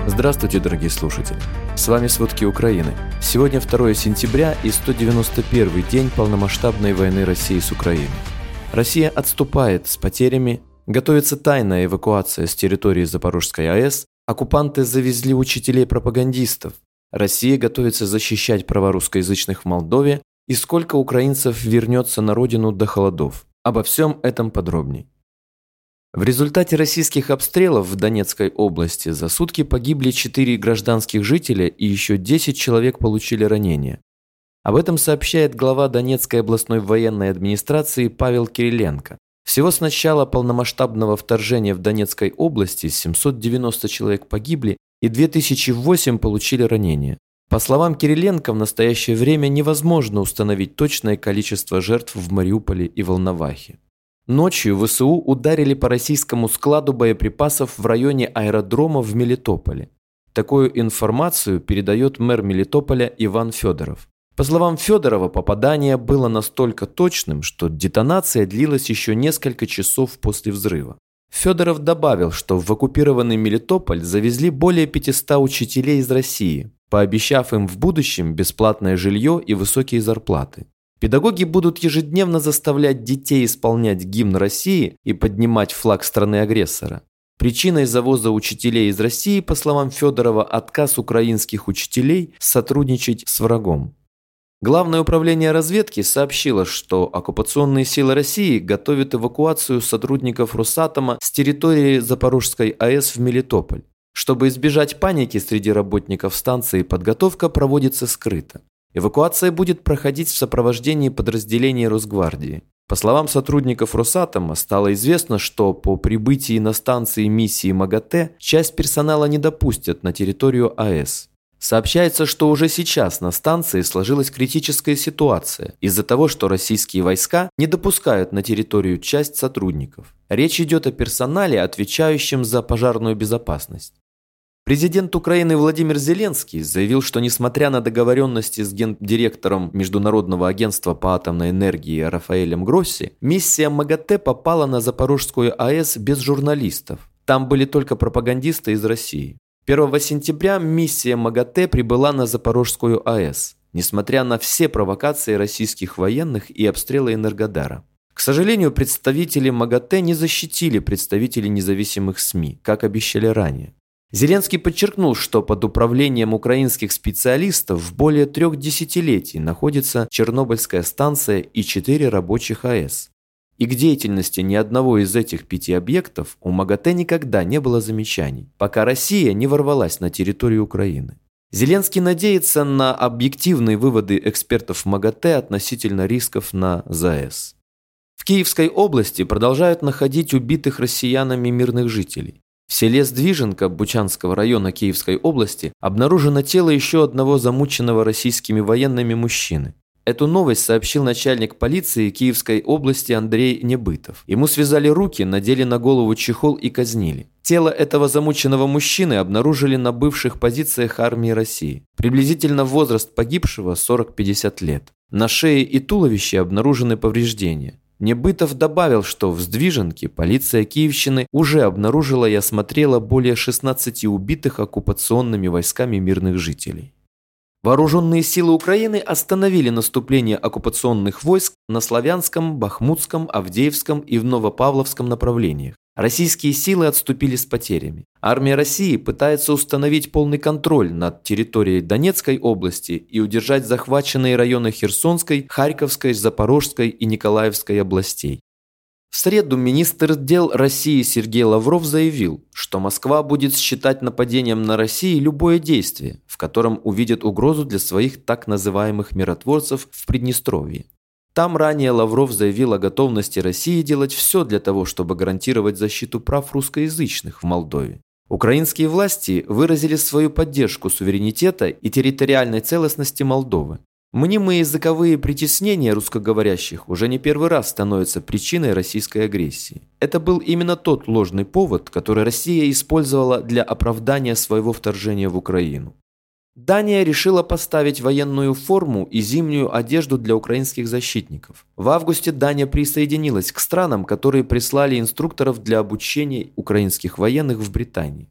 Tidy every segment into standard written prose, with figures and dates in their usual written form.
Здравствуйте, дорогие слушатели! С вами «Сводки Украины». Сегодня 2 сентября и 191-й день полномасштабной войны России с Украиной. Россия отступает с потерями, готовится тайная эвакуация с территории Запорожской АЭС, оккупанты завезли учителей-пропагандистов, Россия готовится защищать права русскоязычных в Молдове и сколько украинцев вернется на родину до холодов. Обо всем этом подробней. В результате российских обстрелов в Донецкой области за сутки погибли 4 гражданских жителя и еще 10 человек получили ранения. Об этом сообщает глава Донецкой областной военной администрации Павел Кириленко. Всего с начала полномасштабного вторжения в Донецкой области 790 человек погибли и 2008 получили ранения. По словам Кириленко, в настоящее время невозможно установить точное количество жертв в Мариуполе и Волновахе. Ночью ВСУ ударили по российскому складу боеприпасов в районе аэродрома в Мелитополе. Такую информацию передает мэр Мелитополя Иван Федоров. По словам Федорова, попадание было настолько точным, что детонация длилась еще несколько часов после взрыва. Федоров добавил, что в оккупированный Мелитополь завезли более 500 учителей из России, пообещав им в будущем бесплатное жилье и высокие зарплаты. Педагоги будут ежедневно заставлять детей исполнять гимн России и поднимать флаг страны-агрессора. Причиной завоза учителей из России, по словам Федорова, отказ украинских учителей сотрудничать с врагом. Главное управление разведки сообщило, что оккупационные силы России готовят эвакуацию сотрудников Росатома с территории Запорожской АЭС в Мелитополь. Чтобы избежать паники среди работников станции, подготовка проводится скрыто. Эвакуация будет проходить в сопровождении подразделений Росгвардии. По словам сотрудников Росатома, стало известно, что по прибытии на станции миссии МАГАТЭ часть персонала не допустят на территорию АЭС. Сообщается, что уже сейчас на станции сложилась критическая ситуация из-за того, что российские войска не допускают на территорию часть сотрудников. Речь идет о персонале, отвечающем за пожарную безопасность. Президент Украины Владимир Зеленский заявил, что несмотря на договоренности с гендиректором Международного агентства по атомной энергии Рафаэлем Гросси, миссия МАГАТЭ попала на Запорожскую АЭС без журналистов. Там были только пропагандисты из России. 1 сентября миссия МАГАТЭ прибыла на Запорожскую АЭС, несмотря на все провокации российских военных и обстрелы Энергодара. К сожалению, представители МАГАТЭ не защитили представителей независимых СМИ, как обещали ранее. Зеленский подчеркнул, что под управлением украинских специалистов более 3 десятилетий находится Чернобыльская станция и 4 рабочих АЭС. И к деятельности ни одного из этих 5 объектов у МАГАТЭ никогда не было замечаний, пока Россия не ворвалась на территорию Украины. Зеленский надеется на объективные выводы экспертов МАГАТЭ относительно рисков на ЗАЭС. В Киевской области продолжают находить убитых россиянами мирных жителей. В селе Сдвиженка Бучанского района Киевской области обнаружено тело еще одного замученного российскими военными мужчины. Эту новость сообщил начальник полиции Киевской области Андрей Небытов. Ему связали руки, надели на голову чехол и казнили. Тело этого замученного мужчины обнаружили на бывших позициях армии России. Приблизительно возраст погибшего 40-50 лет. На шее и туловище обнаружены повреждения. Небытов добавил, что в Сдвиженке полиция Киевщины уже обнаружила и осмотрела более 16 убитых оккупационными войсками мирных жителей. Вооруженные силы Украины остановили наступление оккупационных войск на Славянском, Бахмутском, Авдеевском и в Новопавловском направлениях. Российские силы отступили с потерями. Армия России пытается установить полный контроль над территорией Донецкой области и удержать захваченные районы Херсонской, Харьковской, Запорожской и Николаевской областей. В среду министр дел России Сергей Лавров заявил, что Москва будет считать нападением на Россию любое действие, в котором увидит угрозу для своих так называемых миротворцев в Приднестровье. Там ранее Лавров заявил о готовности России делать все для того, чтобы гарантировать защиту прав русскоязычных в Молдове. Украинские власти выразили свою поддержку суверенитета и территориальной целостности Молдовы. Мнимые языковые притеснения русскоговорящих уже не первый раз становятся причиной российской агрессии. Это был именно тот ложный повод, который Россия использовала для оправдания своего вторжения в Украину. Дания решила поставить военную форму и зимнюю одежду для украинских защитников. В августе Дания присоединилась к странам, которые прислали инструкторов для обучения украинских военных в Британии.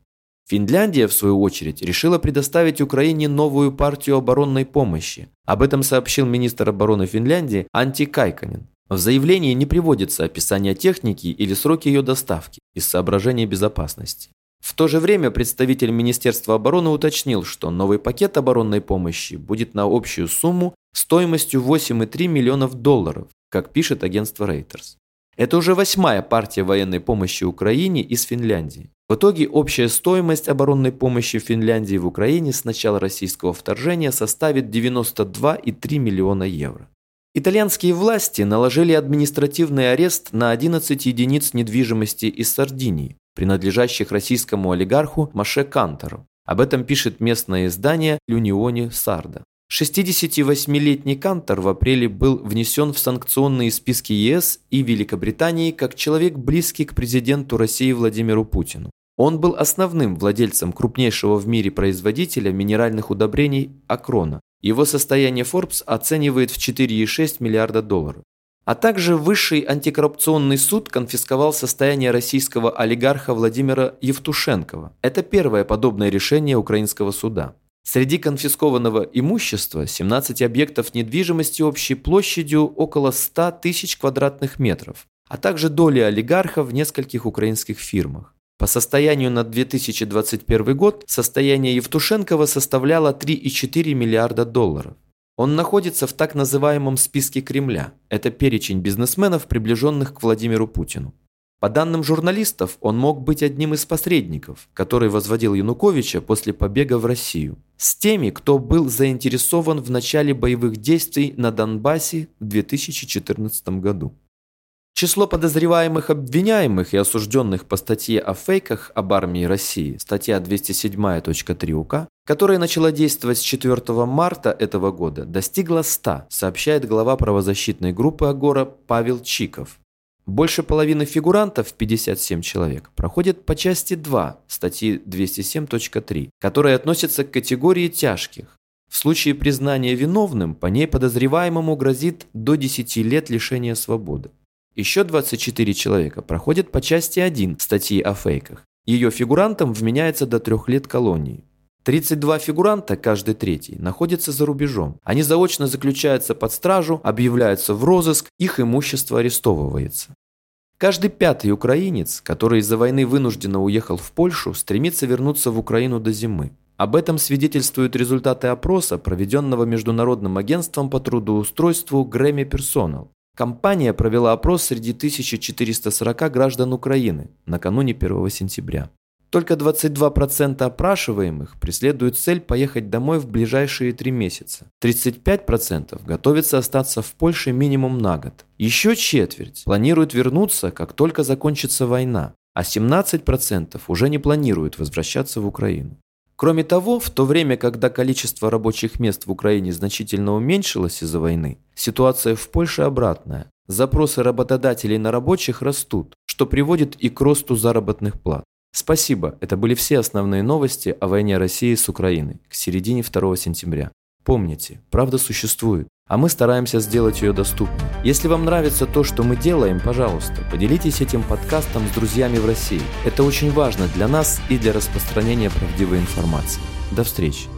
Финляндия, в свою очередь, решила предоставить Украине новую партию оборонной помощи. Об этом сообщил министр обороны Финляндии Анtti Kaikkonen. В заявлении не приводится описание техники или сроки ее доставки из соображений безопасности. В то же время представитель Министерства обороны уточнил, что новый пакет оборонной помощи будет на общую сумму стоимостью $8,3 миллиона, как пишет агентство Reuters. Это уже 8-я партия военной помощи Украине из Финляндии. В итоге общая стоимость оборонной помощи Финляндии в Украине с начала российского вторжения составит 92,3 миллиона евро. Итальянские власти наложили административный арест на 11 единиц недвижимости из Сардинии, принадлежащих российскому олигарху Моше Кантору. Об этом пишет местное издание «L'Unione Sarda». 68-летний Кантор в апреле был внесен в санкционные списки ЕС и Великобритании как человек, близкий к президенту России Владимиру Путину. Он был основным владельцем крупнейшего в мире производителя минеральных удобрений Акрона. Его состояние Forbes оценивает в $4,6 миллиарда. А также Высший антикоррупционный суд конфисковал состояние российского олигарха Владимира Евтушенкова. Это первое подобное решение украинского суда. Среди конфискованного имущества 17 объектов недвижимости общей площадью около 100 тысяч квадратных метров, а также доли олигарха в нескольких украинских фирмах. По состоянию на 2021 год состояние Евтушенкова составляло $3,4 миллиарда. Он находится в так называемом списке Кремля. Это перечень бизнесменов, приближенных к Владимиру Путину. По данным журналистов, он мог быть одним из посредников, который возводил Януковича после побега в Россию, с теми, кто был заинтересован в начале боевых действий на Донбассе в 2014 году. Число подозреваемых, обвиняемых и осужденных по статье о фейках об армии России, статья 207.3 УК, которая начала действовать с 4 марта этого года, достигла 100, сообщает глава правозащитной группы «Агора» Павел Чиков. Больше половины фигурантов, 57 человек, проходят по части 2 статьи 207.3, которая относится к категории тяжких. В случае признания виновным по ней подозреваемому грозит до 10 лет лишения свободы. Еще 24 человека проходят по части 1 статьи о фейках. Ее фигурантам вменяется до 3 лет колонии. 32 фигуранта, каждый третий, находятся за рубежом. Они заочно заключаются под стражу, объявляются в розыск, их имущество арестовывается. Каждый 5-й украинец, который из-за войны вынужденно уехал в Польшу, стремится вернуться в Украину до зимы. Об этом свидетельствуют результаты опроса, проведенного Международным агентством по трудоустройству Грэмми Персонал. Компания провела опрос среди 1440 граждан Украины накануне 1 сентября. Только 22% опрашиваемых преследуют цель поехать домой в ближайшие 3 месяца. 35% готовятся остаться в Польше минимум на год. Еще четверть планируют вернуться, как только закончится война, а 17% уже не планируют возвращаться в Украину. Кроме того, в то время, когда количество рабочих мест в Украине значительно уменьшилось из-за войны, ситуация в Польше обратная. Запросы работодателей на рабочих растут, что приводит и к росту заработных плат. Спасибо, это были все основные новости о войне России с Украиной к середине 2 сентября. Помните, правда существует, а мы стараемся сделать ее доступной. Если вам нравится то, что мы делаем, пожалуйста, поделитесь этим подкастом с друзьями в России. Это очень важно для нас и для распространения правдивой информации. До встречи!